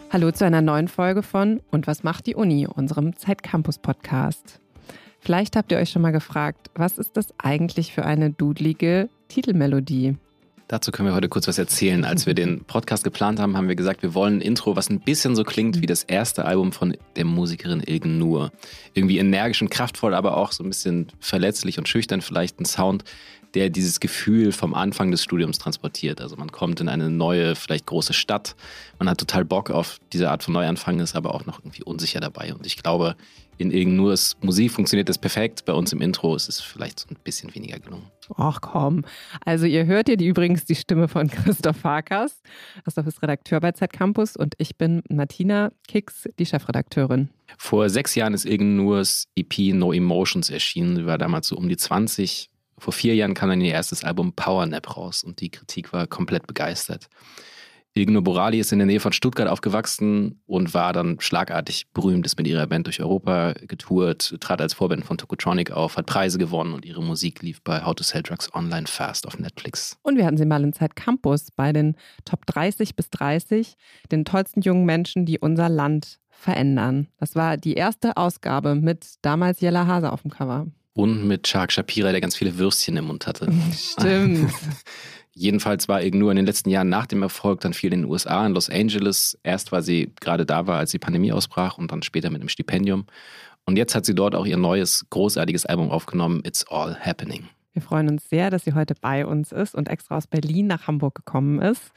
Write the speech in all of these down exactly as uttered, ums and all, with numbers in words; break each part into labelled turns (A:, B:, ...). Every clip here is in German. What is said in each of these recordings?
A: Hallo zu einer neuen Folge von Und was macht die Uni, unserem Zeit-Campus-Podcast. Vielleicht habt ihr euch schon mal gefragt, was ist das eigentlich für eine dudelige Titelmelodie?
B: Dazu können wir heute kurz was erzählen. Als wir den Podcast geplant haben, haben wir gesagt, wir wollen ein Intro, was ein bisschen so klingt wie das erste Album von der Musikerin Ilgen Nur. Irgendwie energisch und kraftvoll, aber auch so ein bisschen verletzlich und schüchtern. Vielleicht ein Sound, der dieses Gefühl vom Anfang des Studiums transportiert. Also man kommt in eine neue, vielleicht große Stadt. Man hat total Bock auf diese Art von Neuanfang, ist aber auch noch irgendwie unsicher dabei. Und ich glaube, in Ilgen Nurs Musik funktioniert das perfekt. Bei uns im Intro ist es vielleicht so ein bisschen weniger gelungen.
A: Ach komm. Also ihr hört hier die, übrigens die Stimme von Christoph Farkas. Christoph ist Redakteur bei Zeit-Campus und ich bin Martina Kicks, die Chefredakteurin.
B: Vor sechs Jahren ist Ilgen Nurs E P No Emotions erschienen. Sie war damals so um die zwanzig. Vor vier Jahren kam dann ihr erstes Album Power Nap raus und die Kritik war komplett begeistert. Ilgen Nur Borali ist in der Nähe von Stuttgart aufgewachsen und war dann schlagartig berühmt, ist mit ihrer Band durch Europa getourt, trat als Vorband von Tokotronic auf, hat Preise gewonnen und ihre Musik lief bei How to Sell Drugs Online Fast auf Netflix.
A: Und wir hatten sie mal in Zeit-Campus bei den Top dreißig bis dreißig, den tollsten jungen Menschen, die unser Land verändern. Das war die erste Ausgabe mit damals Jella Hase auf dem Cover.
B: Und mit Shark Shapira, der ganz viele Würstchen im Mund hatte.
A: Stimmt.
B: Jedenfalls war Ilgen Nur in den letzten Jahren nach dem Erfolg dann viel in den U S A, in Los Angeles. Erst weil sie gerade da war, als die Pandemie ausbrach und dann später mit einem Stipendium. Und jetzt hat sie dort auch ihr neues, großartiges Album aufgenommen, It's All Happening.
A: Wir freuen uns sehr, dass sie heute bei uns ist und extra aus Berlin nach Hamburg gekommen ist.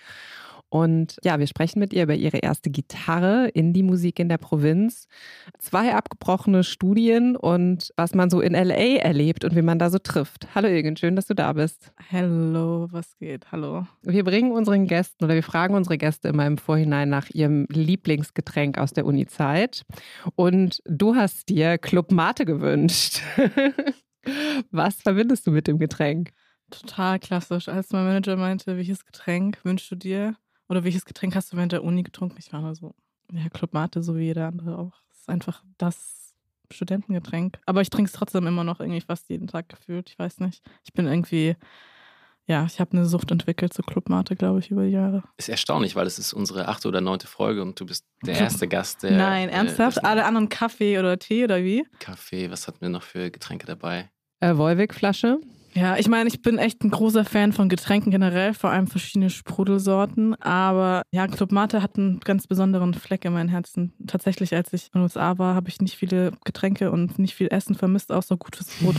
A: Und ja, wir sprechen mit ihr über ihre erste Gitarre, Indie-Musik in der Provinz, zwei abgebrochene Studien und was man so in L A erlebt und wie man da so trifft. Hallo Ilgen, schön, dass du da bist.
C: Hallo, was geht? Hallo.
A: Wir bringen unseren Gästen oder wir fragen unsere Gäste immer im Vorhinein nach ihrem Lieblingsgetränk aus der Uni-Zeit. Und du hast dir Club Mate gewünscht. Was verbindest du mit dem Getränk?
C: Total klassisch. Als mein Manager meinte, welches Getränk wünschst du dir? Oder welches Getränk hast du während der Uni getrunken? Ich war nur so, ja, Club Mate, so wie jeder andere auch. Das ist einfach das Studentengetränk. Aber ich trinke es trotzdem immer noch irgendwie fast jeden Tag gefühlt. Ich weiß nicht. Ich bin irgendwie, ja, ich habe eine Sucht entwickelt zu Club Mate, glaube ich, über die Jahre.
B: Ist erstaunlich, weil es ist unsere achte oder neunte Folge und du bist der erste Gast, der...
C: Nein, ernsthaft? Äh, Alle anderen Kaffee oder Tee oder wie?
B: Kaffee, was hatten wir noch für Getränke dabei?
A: Äh, Volvic-Flasche.
C: Ja, ich meine, ich bin echt ein großer Fan von Getränken generell, vor allem verschiedene Sprudelsorten. Aber ja, Club Mate hat einen ganz besonderen Fleck in meinem Herzen. Tatsächlich, als ich in den U S A war, habe ich nicht viele Getränke und nicht viel Essen vermisst, außer gutes Brot.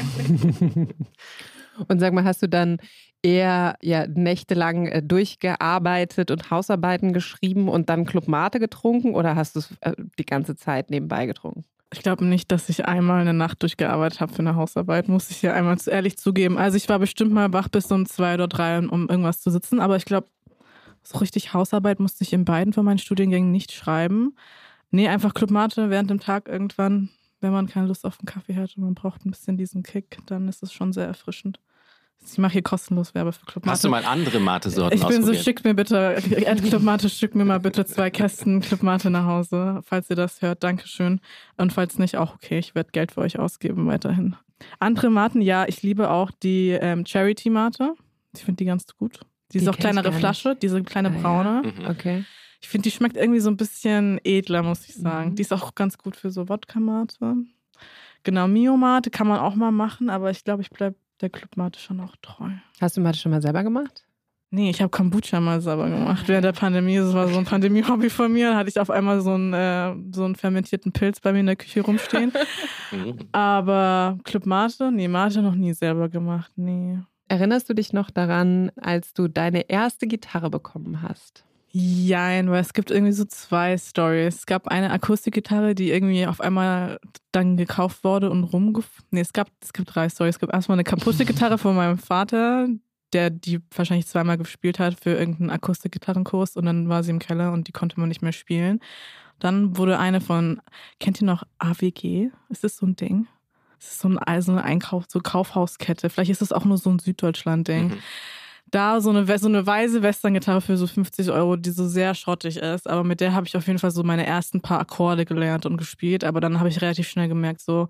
A: Und sag mal, hast du dann eher ja, nächtelang äh, durchgearbeitet und Hausarbeiten geschrieben und dann Club Mate getrunken oder hast du es äh, die ganze Zeit nebenbei getrunken?
C: Ich glaube nicht, dass ich einmal eine Nacht durchgearbeitet habe für eine Hausarbeit, muss ich hier einmal zu ehrlich zugeben. Also ich war bestimmt mal wach bis um zwei oder drei, um irgendwas zu sitzen, aber ich glaube, so richtig Hausarbeit musste ich in beiden von meinen Studiengängen nicht schreiben. Nee, einfach Club Mate während dem Tag irgendwann, wenn man keine Lust auf einen Kaffee hat und man braucht ein bisschen diesen Kick, dann ist es schon sehr erfrischend. Ich mache hier kostenlos Werbe für Club Mate.
B: Hast du mal andere Mate-Sorten
C: Ich bin
B: ausprobiert?
C: so, schickt mir bitte, Club Mate, schickt mir mal bitte zwei Kästen Club Mate nach Hause, falls ihr das hört, Dankeschön. Und falls nicht, auch okay, ich werde Geld für euch ausgeben weiterhin. Andere Maten, ja, ich liebe auch die ähm, Charity-Mate. Ich finde die ganz gut. Die, die ist auch kleinere Flasche, diese kleine ah, braune.
A: Ja. Mhm. Okay.
C: Ich finde, die schmeckt irgendwie so ein bisschen edler, muss ich sagen. Mhm. Die ist auch ganz gut für so Wodka-Mate. Genau, Mio-Mate kann man auch mal machen, aber ich glaube, ich bleibe der Club Mate schon auch treu.
A: Hast du Mate schon mal selber gemacht?
C: Nee, ich habe Kombucha mal selber gemacht. Während der Pandemie, das war so ein Pandemie-Hobby von mir, da hatte ich auf einmal so einen, äh, so einen fermentierten Pilz bei mir in der Küche rumstehen. Aber Club Mate, nee, Mate noch nie selber gemacht, nee.
A: Erinnerst du dich noch daran, als du deine erste Gitarre bekommen hast?
C: Jein, weil es gibt irgendwie so zwei Storys. Es gab eine Akustikgitarre, die irgendwie auf einmal dann gekauft wurde und rumgef... Nee, es gab, es gibt drei Storys. Es gab erstmal eine kaputte Gitarre von meinem Vater, der die wahrscheinlich zweimal gespielt hat für irgendeinen Akustikgitarrenkurs und dann war sie im Keller und die konnte man nicht mehr spielen. Dann wurde eine von, kennt ihr noch A W G? Ist das so ein Ding? Das ist so, ein, so eine Einkauf, so Kaufhauskette. Vielleicht ist es auch nur so ein Süddeutschland-Ding. Mhm. Da so eine, so eine weiße Western-Gitarre für so fünfzig Euro, die so sehr schrottig ist. Aber mit der habe ich auf jeden Fall so meine ersten paar Akkorde gelernt und gespielt. Aber dann habe ich relativ schnell gemerkt, so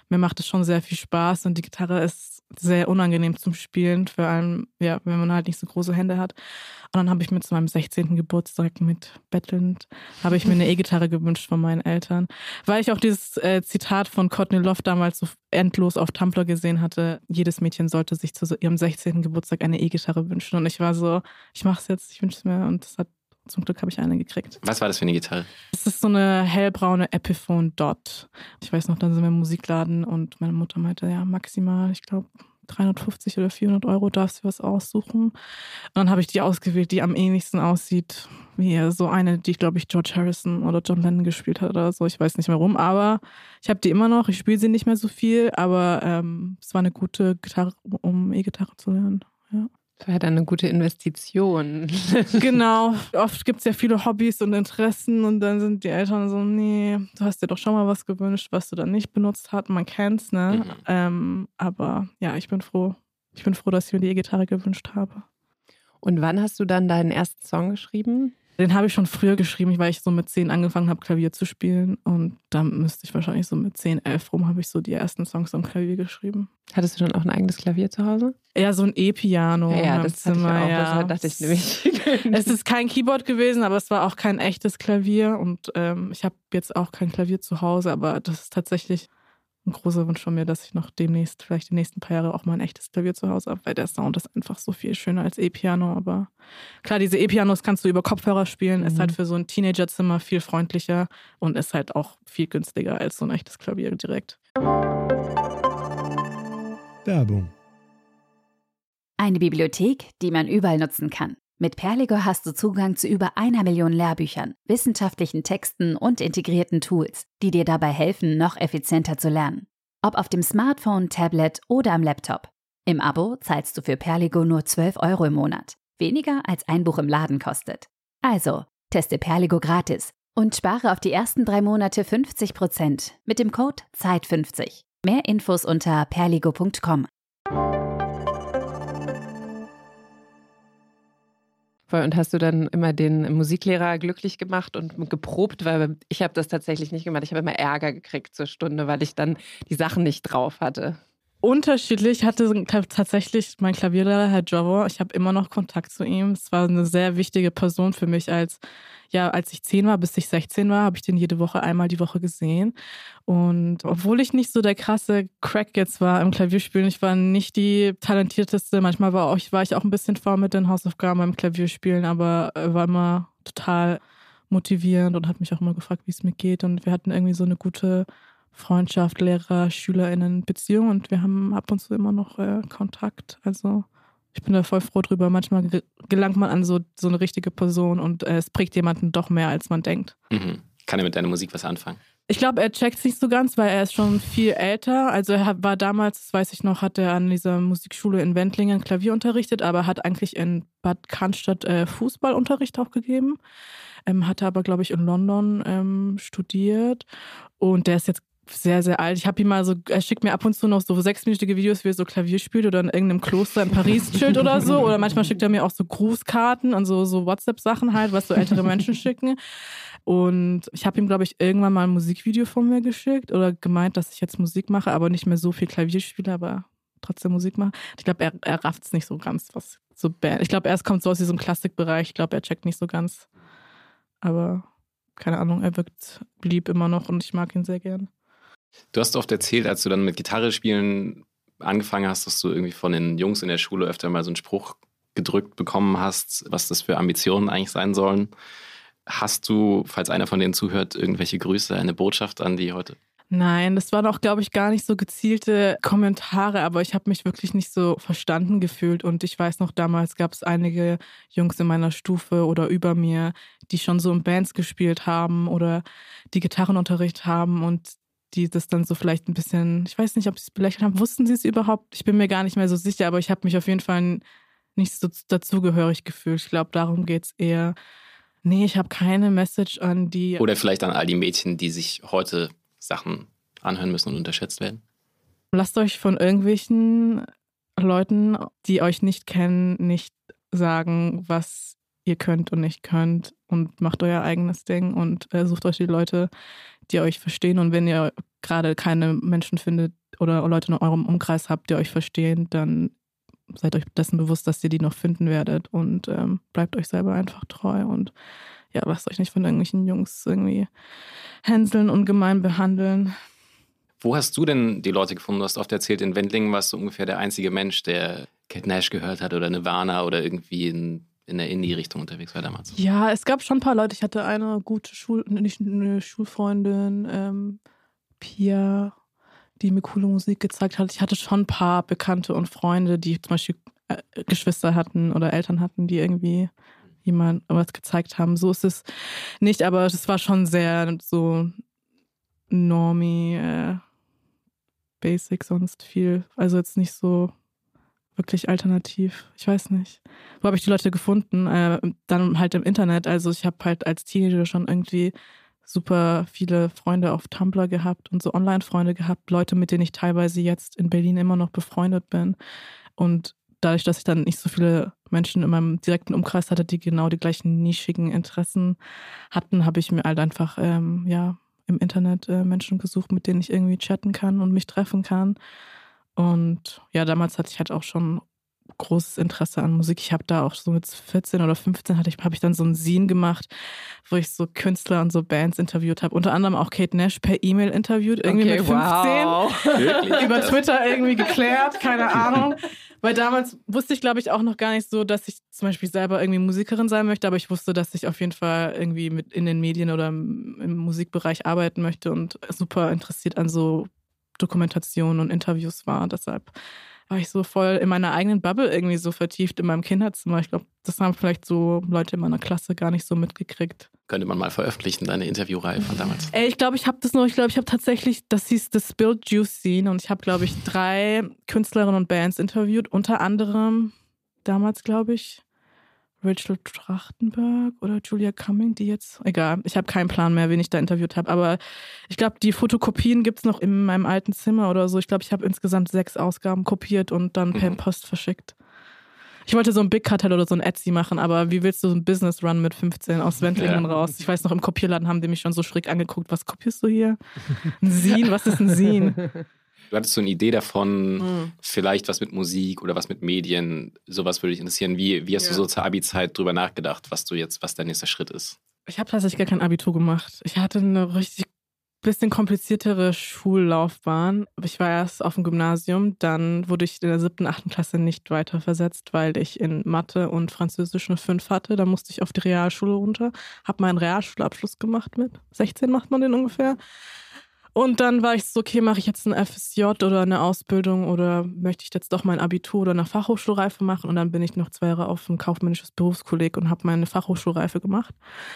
C: mir macht es schon sehr viel Spaß und die Gitarre ist sehr unangenehm zum Spielen, vor allem, ja, wenn man halt nicht so große Hände hat. Und dann habe ich mir zu meinem sechzehnten Geburtstag mit bettelnd, habe ich mir eine E-Gitarre gewünscht von meinen Eltern, weil ich auch dieses äh, Zitat von Courtney Love damals so endlos auf Tumblr gesehen hatte, jedes Mädchen sollte sich zu so ihrem sechzehnten Geburtstag eine E-Gitarre wünschen. Und ich war so, ich mache es jetzt, ich wünsche es mir und das hat zum Glück habe ich eine gekriegt.
B: Was war das für eine Gitarre?
C: Es ist so eine hellbraune Epiphone Dot. Ich weiß noch, dann sind wir im Musikladen und meine Mutter meinte, ja, maximal, ich glaube, dreihundertfünfzig oder vierhundert Euro darfst du was aussuchen. Und dann habe ich die ausgewählt, die am ähnlichsten aussieht, wie so eine, die, glaube ich, George Harrison oder John Lennon gespielt hat oder so. Ich weiß nicht mehr warum, aber ich habe die immer noch. Ich spiele sie nicht mehr so viel, aber ähm, es war eine gute Gitarre, um E-Gitarre zu lernen. Ja.
A: Das war halt eine gute Investition.
C: Genau. Oft gibt es ja viele Hobbys und Interessen und dann sind die Eltern so, nee, du hast dir doch schon mal was gewünscht, was du dann nicht benutzt hast. Man kennt's, ne? Mhm. Ähm, aber ja, ich bin froh. Ich bin froh, dass ich mir die E-Gitarre gewünscht habe.
A: Und wann hast du dann deinen ersten Song geschrieben?
C: Den habe ich schon früher geschrieben, weil ich so mit zehn angefangen habe, Klavier zu spielen. Und dann müsste ich wahrscheinlich so mit zehn, elf rum, habe ich so die ersten Songs am Klavier geschrieben.
A: Hattest du dann auch ein eigenes Klavier zu Hause?
C: Ja, so ein E-Piano.
A: Ja, ja das
C: Zimmer,
A: hatte ich auch.
C: ja.
A: Das dachte ich nämlich.
C: Es ist kein Keyboard gewesen, aber es war auch kein echtes Klavier. Und ähm, ich habe jetzt auch kein Klavier zu Hause, aber das ist tatsächlich ein großer Wunsch von mir, dass ich noch demnächst, vielleicht die nächsten paar Jahre auch mal ein echtes Klavier zu Hause habe, weil der Sound ist einfach so viel schöner als E-Piano. Aber klar, diese E-Pianos kannst du über Kopfhörer spielen, mhm. ist halt für so ein Teenagerzimmer viel freundlicher und ist halt auch viel günstiger als so ein echtes Klavier direkt.
D: Werbung.
E: Eine Bibliothek, die man überall nutzen kann. Mit Perligo hast du Zugang zu über einer Million Lehrbüchern, wissenschaftlichen Texten und integrierten Tools, die dir dabei helfen, noch effizienter zu lernen. Ob auf dem Smartphone, Tablet oder am Laptop. Im Abo zahlst du für Perligo nur zwölf Euro im Monat. Weniger als ein Buch im Laden kostet. Also, teste Perligo gratis und spare auf die ersten drei Monate fünfzig Prozent mit dem Code Zeit fünfzig. Mehr Infos unter perligo punkt com.
A: Und hast du dann immer den Musiklehrer glücklich gemacht und geprobt? Weil ich habe das tatsächlich nicht gemacht. Ich habe immer Ärger gekriegt zur Stunde, weil ich dann die Sachen nicht drauf hatte.
C: Unterschiedlich. Ich hatte tatsächlich mein Klavierlehrer, Herr Jovo, ich habe immer noch Kontakt zu ihm. Es war eine sehr wichtige Person für mich. Als, ja, als ich zehn war, bis ich sechzehn war, habe ich den jede Woche einmal die Woche gesehen. Und obwohl ich nicht so der krasse Crack jetzt war im Klavierspielen, ich war nicht die talentierteste. Manchmal war, auch, war ich auch ein bisschen faul mit den Hausaufgaben beim Klavierspielen, aber er war immer total motivierend und hat mich auch immer gefragt, wie es mir geht. Und wir hatten irgendwie so eine gute Freundschaft, Lehrer, SchülerInnen, Beziehung und wir haben ab und zu immer noch äh, Kontakt. Also ich bin da voll froh drüber. Manchmal ge- gelangt man an so, so eine richtige Person und äh, es prägt jemanden doch mehr, als man denkt.
B: Mhm. Kann er mit deiner Musik was anfangen?
C: Ich glaube, er checkt es nicht so ganz, weil er ist schon viel älter. Also er war damals, das weiß ich noch, hat er an dieser Musikschule in Wendlingen Klavier unterrichtet, aber hat eigentlich in Bad Cannstatt äh, Fußballunterricht auch gegeben. Ähm, hatte aber, glaube ich, in London ähm, studiert und der ist jetzt sehr, sehr alt. Ich habe ihm mal so, er schickt mir ab und zu noch so sechsminütige Videos, wie er so Klavier spielt oder in irgendeinem Kloster in Paris chillt oder so. Oder manchmal schickt er mir auch so Grußkarten und so, so WhatsApp-Sachen halt, was so ältere Menschen schicken. Und ich habe ihm, glaube ich, irgendwann mal ein Musikvideo von mir geschickt oder gemeint, dass ich jetzt Musik mache, aber nicht mehr so viel Klavier spiele, aber trotzdem Musik mache. Ich glaube, er, er rafft es nicht so ganz, was so Band. Ich glaube, erst kommt so aus diesem Klassikbereich. Ich glaube, er checkt nicht so ganz. Aber keine Ahnung, er wirkt lieb immer noch und ich mag ihn sehr gern.
B: Du hast oft erzählt, als du dann mit Gitarre spielen angefangen hast, dass du irgendwie von den Jungs in der Schule öfter mal so einen Spruch gedrückt bekommen hast, was das für Ambitionen eigentlich sein sollen. Hast du, falls einer von denen zuhört, irgendwelche Grüße, eine Botschaft an die heute?
C: Nein, das waren auch, glaube ich, gar nicht so gezielte Kommentare, aber ich habe mich wirklich nicht so verstanden gefühlt und ich weiß noch, damals gab es einige Jungs in meiner Stufe oder über mir, die schon so in Bands gespielt haben oder die Gitarrenunterricht haben und die das dann so vielleicht ein bisschen, ich weiß nicht, ob sie es belächelt haben, wussten sie es überhaupt? Ich bin mir gar nicht mehr so sicher, aber ich habe mich auf jeden Fall nicht so dazugehörig gefühlt. Ich glaube, darum geht es eher. Nee, ich habe keine Message an die...
B: Oder vielleicht an all die Mädchen, die sich heute Sachen anhören müssen und unterschätzt werden?
C: Lasst euch von irgendwelchen Leuten, die euch nicht kennen, nicht sagen, was ihr könnt und nicht könnt und macht euer eigenes Ding und äh, sucht euch die Leute, die euch verstehen und wenn ihr gerade keine Menschen findet oder Leute in eurem Umkreis habt, die euch verstehen, dann seid euch dessen bewusst, dass ihr die noch finden werdet und ähm, bleibt euch selber einfach treu und ja, lasst euch nicht von irgendwelchen Jungs irgendwie hänseln und gemein behandeln.
B: Wo hast du denn die Leute gefunden? Du hast oft erzählt, in Wendlingen warst du ungefähr der einzige Mensch, der Kate Nash gehört hat oder Nirvana oder irgendwie in, in der Indie-Richtung unterwegs war damals.
C: Ja, es gab schon ein paar Leute. Ich hatte eine gute Schul nicht eine Schulfreundin, ähm, Pia, die mir coole Musik gezeigt hat. Ich hatte schon ein paar Bekannte und Freunde, die zum Beispiel äh, Geschwister hatten oder Eltern hatten, die irgendwie jemand was gezeigt haben. So ist es nicht, aber es war schon sehr so normie, äh, basic, sonst viel. Also jetzt nicht so wirklich alternativ. Ich weiß nicht. Wo habe ich die Leute gefunden? Äh, dann halt im Internet. Also ich habe halt als Teenager schon irgendwie super viele Freunde auf Tumblr gehabt und so Online-Freunde gehabt. Leute, mit denen ich teilweise jetzt in Berlin immer noch befreundet bin. Und dadurch, dass ich dann nicht so viele Menschen in meinem direkten Umkreis hatte, die genau die gleichen nischigen Interessen hatten, habe ich mir halt einfach ähm, ja, im Internet äh, Menschen gesucht, mit denen ich irgendwie chatten kann und mich treffen kann. Und ja, damals hatte ich halt auch schon großes Interesse an Musik. Ich habe da auch so mit vierzehn oder fünfzehn hatte ich, habe ich dann so ein Zine gemacht, wo ich so Künstler und so Bands interviewt habe. Unter anderem auch Kate Nash per E-Mail interviewt, irgendwie
A: okay,
C: mit fünfzehn.
A: Wow.
C: Über Twitter irgendwie geklärt, keine Ahnung. Weil damals wusste ich, glaube ich, auch noch gar nicht so, dass ich zum Beispiel selber irgendwie Musikerin sein möchte, aber ich wusste, dass ich auf jeden Fall irgendwie mit in den Medien oder im, im Musikbereich arbeiten möchte und super interessiert an so Dokumentationen und Interviews war. Deshalb war ich so voll in meiner eigenen Bubble irgendwie so vertieft in meinem Kinderzimmer. Ich glaube, das haben vielleicht so Leute in meiner Klasse gar nicht so mitgekriegt.
B: Könnte man mal veröffentlichen, deine Interviewreihe von damals.
C: Ey, ich glaube, ich habe das noch, ich glaube, ich habe tatsächlich, das hieß The Spilled Juice Scene und ich habe, glaube ich, drei Künstlerinnen und Bands interviewt, unter anderem damals, glaube ich, Rachel Trachtenberg oder Julia Cumming, die jetzt, egal, ich habe keinen Plan mehr, wen ich da interviewt habe, aber ich glaube, die Fotokopien gibt es noch in meinem alten Zimmer oder so. Ich glaube, ich habe insgesamt sechs Ausgaben kopiert und dann per Post verschickt. Ich wollte so ein Big Cartel oder so ein Etsy machen, aber wie willst du so ein Business Run mit fünfzehn aus Wendlingen ja. raus? Ich weiß noch, im Kopierladen haben die mich schon so schräg angeguckt. Was kopierst du hier? Ein Zine? Was ist ein Zine?
B: Du hattest so eine Idee davon,
C: mhm.
B: vielleicht was mit Musik oder was mit Medien, sowas würde dich interessieren. Wie, wie hast ja. du so zur Abi-Zeit drüber nachgedacht, was du jetzt, was dein nächster Schritt ist?
C: Ich habe tatsächlich gar kein Abitur gemacht. Ich hatte eine richtig bisschen kompliziertere Schullaufbahn. Ich war erst auf dem Gymnasium, dann wurde ich in der siebten, achten Klasse nicht weiter versetzt, weil ich in Mathe und Französisch eine fünf hatte. Da musste ich auf die Realschule runter, habe meinen Realschulabschluss gemacht mit sechzehn macht man den ungefähr. Und dann war ich so, okay, mache ich jetzt ein F S J oder eine Ausbildung oder möchte ich jetzt doch mein Abitur oder eine Fachhochschulreife machen? Und dann bin ich noch zwei Jahre auf ein kaufmännisches Berufskolleg und habe meine Fachhochschulreife gemacht.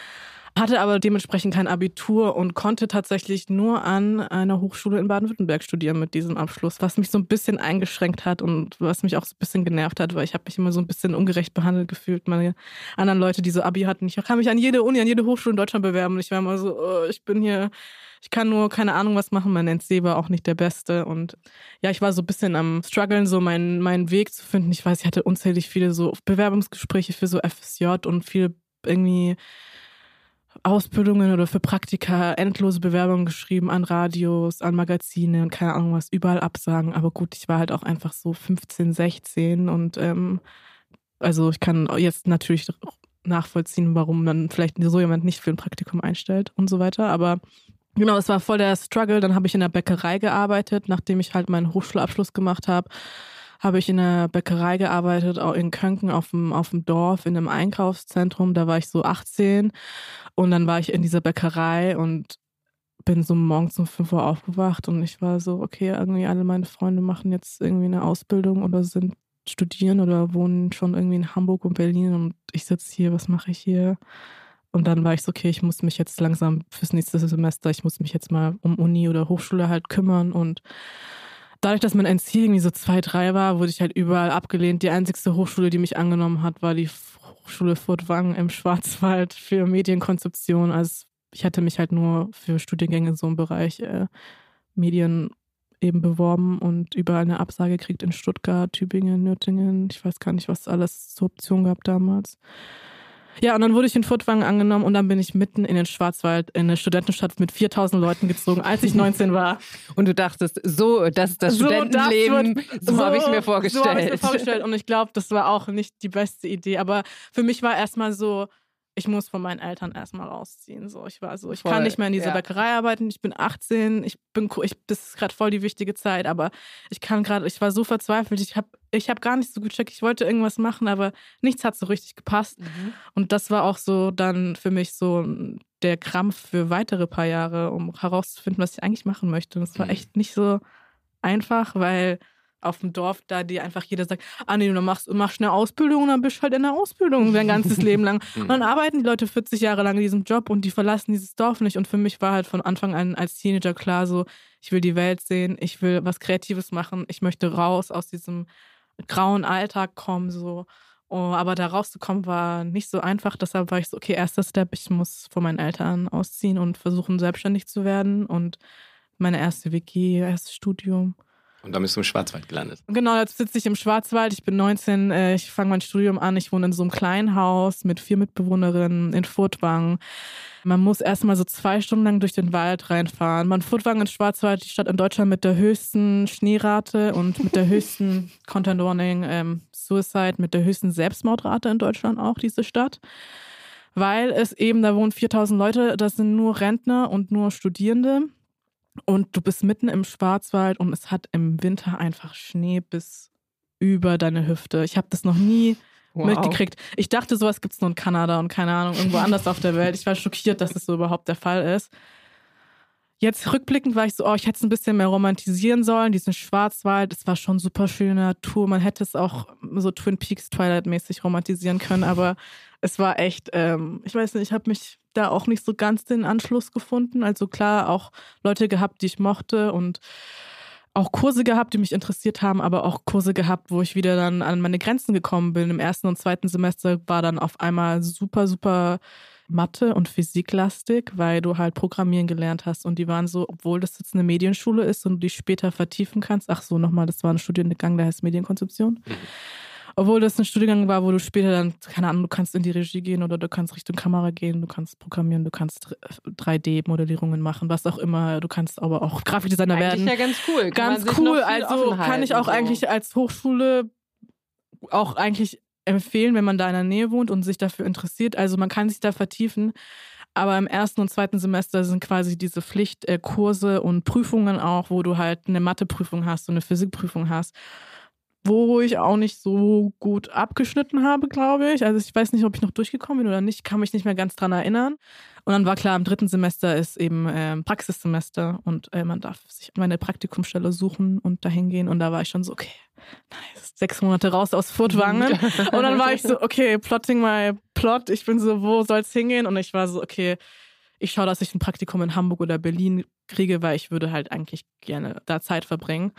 C: Hatte aber dementsprechend kein Abitur und konnte tatsächlich nur an einer Hochschule in Baden-Württemberg studieren mit diesem Abschluss, was mich so ein bisschen eingeschränkt hat und was mich auch so ein bisschen genervt hat, weil ich habe mich immer so ein bisschen ungerecht behandelt gefühlt. Meine anderen Leute, die so Abi hatten, ich kann mich an jede Uni, an jede Hochschule in Deutschland bewerben und ich war immer so, oh, ich bin hier, ich kann nur keine Ahnung was machen, mein N C war auch nicht der Beste und ja, ich war so ein bisschen am struggeln, so meinen, meinen Weg zu finden. Ich weiß, ich hatte unzählig viele so Bewerbungsgespräche für so F S J und viel irgendwie Ausbildungen oder für Praktika, endlose Bewerbungen geschrieben an Radios, an Magazine und keine Ahnung was, überall Absagen. Aber gut, ich war halt auch einfach so fünfzehn, sechzehn und ähm, also ich kann jetzt natürlich nachvollziehen, warum dann vielleicht so jemand nicht für ein Praktikum einstellt und so weiter. Aber genau, es war voll der Struggle. Dann habe ich in der Bäckerei gearbeitet, nachdem ich halt meinen Hochschulabschluss gemacht habe. habe ich in der Bäckerei gearbeitet, auch in Könken auf dem, auf dem Dorf, in einem Einkaufszentrum. Da war ich so achtzehn und dann war ich in dieser Bäckerei und bin so morgens um fünf Uhr aufgewacht und ich war so, okay, irgendwie alle meine Freunde machen jetzt irgendwie eine Ausbildung oder sind studieren oder wohnen schon irgendwie in Hamburg und Berlin und ich sitze hier, was mache ich hier? Und dann war ich so, okay, ich muss mich jetzt langsam fürs nächste Semester, ich muss mich jetzt mal um Uni oder Hochschule halt kümmern und dadurch, dass mein N C irgendwie so zwei, drei war, wurde ich halt überall abgelehnt. Die einzigste Hochschule, die mich angenommen hat, war die Hochschule Furtwangen im Schwarzwald für Medienkonzeption. Also ich hatte mich halt nur für Studiengänge in so einem Bereich äh, Medien eben beworben und überall eine Absage gekriegt in Stuttgart, Tübingen, Nürtingen. Ich weiß gar nicht, was alles zur Option gab damals. Ja, und dann wurde ich in Furtwangen angenommen und dann bin ich mitten in den Schwarzwald, in eine Studentenstadt mit viertausend Leuten gezogen, als ich neunzehn war.
A: Und du dachtest, so, das ist das so, Studentenleben, das wird, so, so habe ich mir vorgestellt.
C: So habe ich mir vorgestellt und ich glaube, das war auch nicht die beste Idee, aber für mich war erstmal so, ich muss von meinen Eltern erstmal rausziehen. So, ich war so, ich voll, kann nicht mehr in dieser ja. Bäckerei arbeiten. Ich bin achtzehn, ich bin, ich, das ist gerade voll die wichtige Zeit, aber ich kann gerade, ich war so verzweifelt. Ich habe, ich habe gar nicht so gecheckt. Ich wollte irgendwas machen, aber nichts hat so richtig gepasst. Mhm. Und das war auch so dann für mich so der Krampf für weitere paar Jahre, um herauszufinden, was ich eigentlich machen möchte. Und es war echt nicht so einfach, weil auf dem Dorf, da dir einfach jeder sagt, ah nee, du machst, machst eine Ausbildung und dann bist du halt in der Ausbildung dein ganzes Leben lang. Und dann arbeiten die Leute vierzig Jahre lang in diesem Job und die verlassen dieses Dorf nicht. Und für mich war halt von Anfang an als Teenager klar so, ich will die Welt sehen, ich will was Kreatives machen, ich möchte raus aus diesem grauen Alltag kommen, so. Oh, aber da rauszukommen war nicht so einfach, deshalb war ich so, okay, erster Step, ich muss von meinen Eltern ausziehen und versuchen, selbstständig zu werden und meine erste W G, erstes Studium.
B: Und dann bist du im Schwarzwald gelandet.
C: Genau, jetzt sitze ich im Schwarzwald. Ich bin neunzehn, äh, ich fange mein Studium an. Ich wohne in so einem kleinen Haus mit vier Mitbewohnerinnen in Furtwangen. Man muss erstmal so zwei Stunden lang durch den Wald reinfahren. Man Furtwangen ist Schwarzwald, die Stadt in Deutschland mit der höchsten Schneerate und mit der höchsten Content Warning ähm, Suicide, mit der höchsten Selbstmordrate in Deutschland auch, diese Stadt. Weil es eben, da wohnen viertausend Leute, das sind nur Rentner und nur Studierende. Und du bist mitten im Schwarzwald und es hat im Winter einfach Schnee bis über deine Hüfte. Ich habe das noch nie wow. mitgekriegt. Ich dachte, sowas gibt es nur in Kanada und keine Ahnung, irgendwo anders auf der Welt. Ich war schockiert, dass das so überhaupt der Fall ist. Jetzt rückblickend war ich so, oh, ich hätte es ein bisschen mehr romantisieren sollen, diesen Schwarzwald. Es war schon super schöne Natur. Man hätte es auch so Twin Peaks Twilight-mäßig romantisieren können, aber es war echt, ähm, ich weiß nicht, ich habe mich da auch nicht so ganz den Anschluss gefunden. Also klar, auch Leute gehabt, die ich mochte und auch Kurse gehabt, die mich interessiert haben, aber auch Kurse gehabt, wo ich wieder dann an meine Grenzen gekommen bin. Im ersten und zweiten Semester war dann auf einmal super, super Mathe- und Physiklastig, weil du halt Programmieren gelernt hast und die waren so, obwohl das jetzt eine Medienschule ist und du dich später vertiefen kannst, ach so, nochmal, das war ein Studiengang, der heißt Medienkonzeption. Mhm. Obwohl das ein Studiengang war, wo du später dann, keine Ahnung, du kannst in die Regie gehen oder du kannst Richtung Kamera gehen, du kannst programmieren, du kannst drei D-Modellierungen machen, was auch immer, du kannst aber auch Grafikdesigner werden.
A: Eigentlich ja ganz cool. Kann
C: ganz cool, also kann ich auch so. Eigentlich als Hochschule auch eigentlich empfehlen, wenn man da in der Nähe wohnt und sich dafür interessiert. Also man kann sich da vertiefen, aber im ersten und zweiten Semester sind quasi diese Pflichtkurse und Prüfungen auch, wo du halt eine Matheprüfung hast und eine Physikprüfung hast, wo ich auch nicht so gut abgeschnitten habe, glaube ich. Also ich weiß nicht, ob ich noch durchgekommen bin oder nicht, kann mich nicht mehr ganz dran erinnern. Und dann war klar, im dritten Semester ist eben ähm, Praxissemester und äh, man darf sich meine Praktikumsstelle suchen und dahin gehen. Und da war ich schon so, okay, nice, sechs Monate raus aus Furtwangen. Und dann war ich so, okay, plotting my plot. Ich bin so, wo soll's hingehen? Und ich war so, okay, ich schaue, dass ich ein Praktikum in Hamburg oder Berlin kriege, weil ich würde halt eigentlich gerne da Zeit verbringen.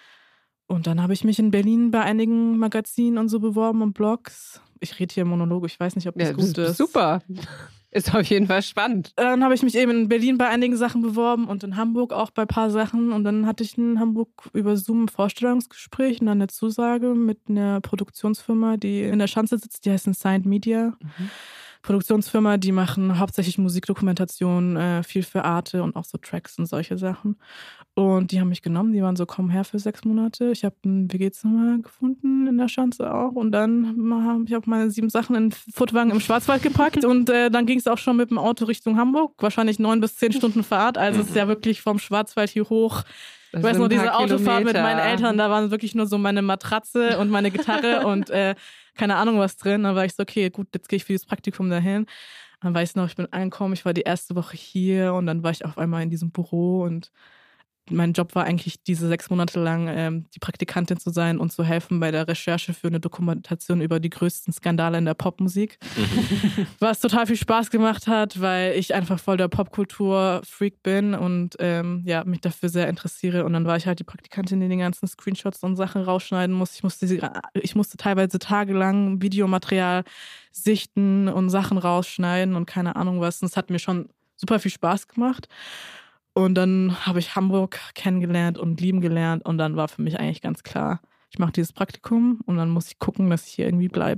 C: Und dann habe ich mich in Berlin bei einigen Magazinen und so beworben und Blogs. Ich rede hier im Monolog, ich weiß nicht, ob das ja, gut ist.
A: Super. Ist auf jeden Fall spannend.
C: Dann habe ich mich eben in Berlin bei einigen Sachen beworben und in Hamburg auch bei ein paar Sachen. Und dann hatte ich in Hamburg über Zoom ein Vorstellungsgespräch und dann eine Zusage mit einer Produktionsfirma, die in der Schanze sitzt, die heißt Signed Media. Mhm. Produktionsfirma, die machen hauptsächlich Musikdokumentation, äh, viel für Arte und auch so Tracks und solche Sachen. Und die haben mich genommen, die waren so, komm her für sechs Monate. Ich habe ein W G-Zimmer gefunden in der Schanze auch und dann habe ich auch meine sieben Sachen in Furtwangen im Schwarzwald gepackt und äh, dann ging es auch schon mit dem Auto Richtung Hamburg, wahrscheinlich neun bis zehn Stunden Fahrt, also es ist ja wirklich vom Schwarzwald hier hoch. Ich weiß noch, diese Autofahrt mit meinen Eltern, da waren wirklich nur so meine Matratze und meine Gitarre und äh, keine Ahnung was drin. Dann war ich so, okay, gut, jetzt gehe ich für dieses Praktikum dahin. Dann weiß ich noch, ich bin angekommen, ich war die erste Woche hier und dann war ich auf einmal in diesem Büro und mein Job war eigentlich, diese sechs Monate lang ähm, die Praktikantin zu sein und zu helfen bei der Recherche für eine Dokumentation über die größten Skandale in der Popmusik. Was total viel Spaß gemacht hat, weil ich einfach voll der Popkultur-Freak bin und ähm, ja, mich dafür sehr interessiere. Und dann war ich halt die Praktikantin, die den ganzen Screenshots und Sachen rausschneiden muss. Ich musste, sie, ich musste teilweise tagelang Videomaterial sichten und Sachen rausschneiden und keine Ahnung was. Und es hat mir schon super viel Spaß gemacht. Und dann habe ich Hamburg kennengelernt und lieben gelernt und dann war für mich eigentlich ganz klar, ich mache dieses Praktikum und dann muss ich gucken, dass ich hier irgendwie bleibe.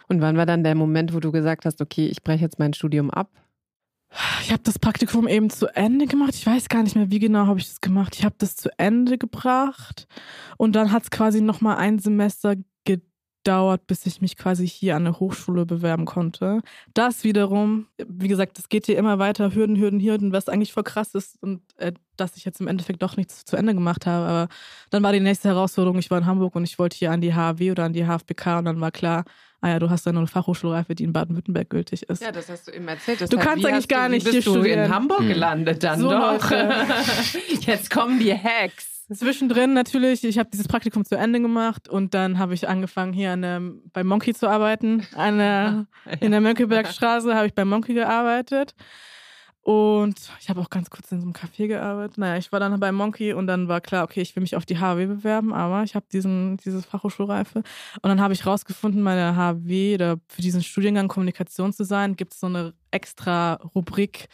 A: Und wann war dann der Moment, wo du gesagt hast, okay, ich breche jetzt mein Studium ab?
C: Ich habe das Praktikum eben zu Ende gemacht. Ich weiß gar nicht mehr, wie genau habe ich das gemacht. Ich habe das zu Ende gebracht und dann hat es quasi nochmal ein Semester gedauert, bis ich mich quasi hier an der Hochschule bewerben konnte. Das wiederum, wie gesagt, das geht hier immer weiter, Hürden, Hürden, Hürden, was eigentlich voll krass ist und äh, dass ich jetzt im Endeffekt doch nichts zu Ende gemacht habe. Aber dann war die nächste Herausforderung, ich war in Hamburg und ich wollte hier an die H A W oder an die H F B K und dann war klar, ah ja, du hast dann eine Fachhochschulreife, die in Baden-Württemberg gültig ist.
A: Ja, das hast du eben erzählt.
C: Du kannst eigentlich gar nicht hier studieren.
A: Wie bist du in Hamburg
B: Hm.
A: gelandet dann
C: So,
A: doch?
C: Leute.
A: Jetzt kommen die Hacks.
C: Zwischendrin natürlich, ich habe dieses Praktikum zu Ende gemacht und dann habe ich angefangen, hier an der, bei Monkey zu arbeiten. An der, in der Mönckebergstraße habe ich bei Monkey gearbeitet. Und ich habe auch ganz kurz in so einem Café gearbeitet. Naja, ich war dann bei Monkey und dann war klar, okay, ich will mich auf die H A W bewerben, aber ich habe diesen diese Fachhochschulreife. Und dann habe ich rausgefunden, bei der H A W oder für diesen Studiengang Kommunikationsdesign gibt es so eine extra Rubrik.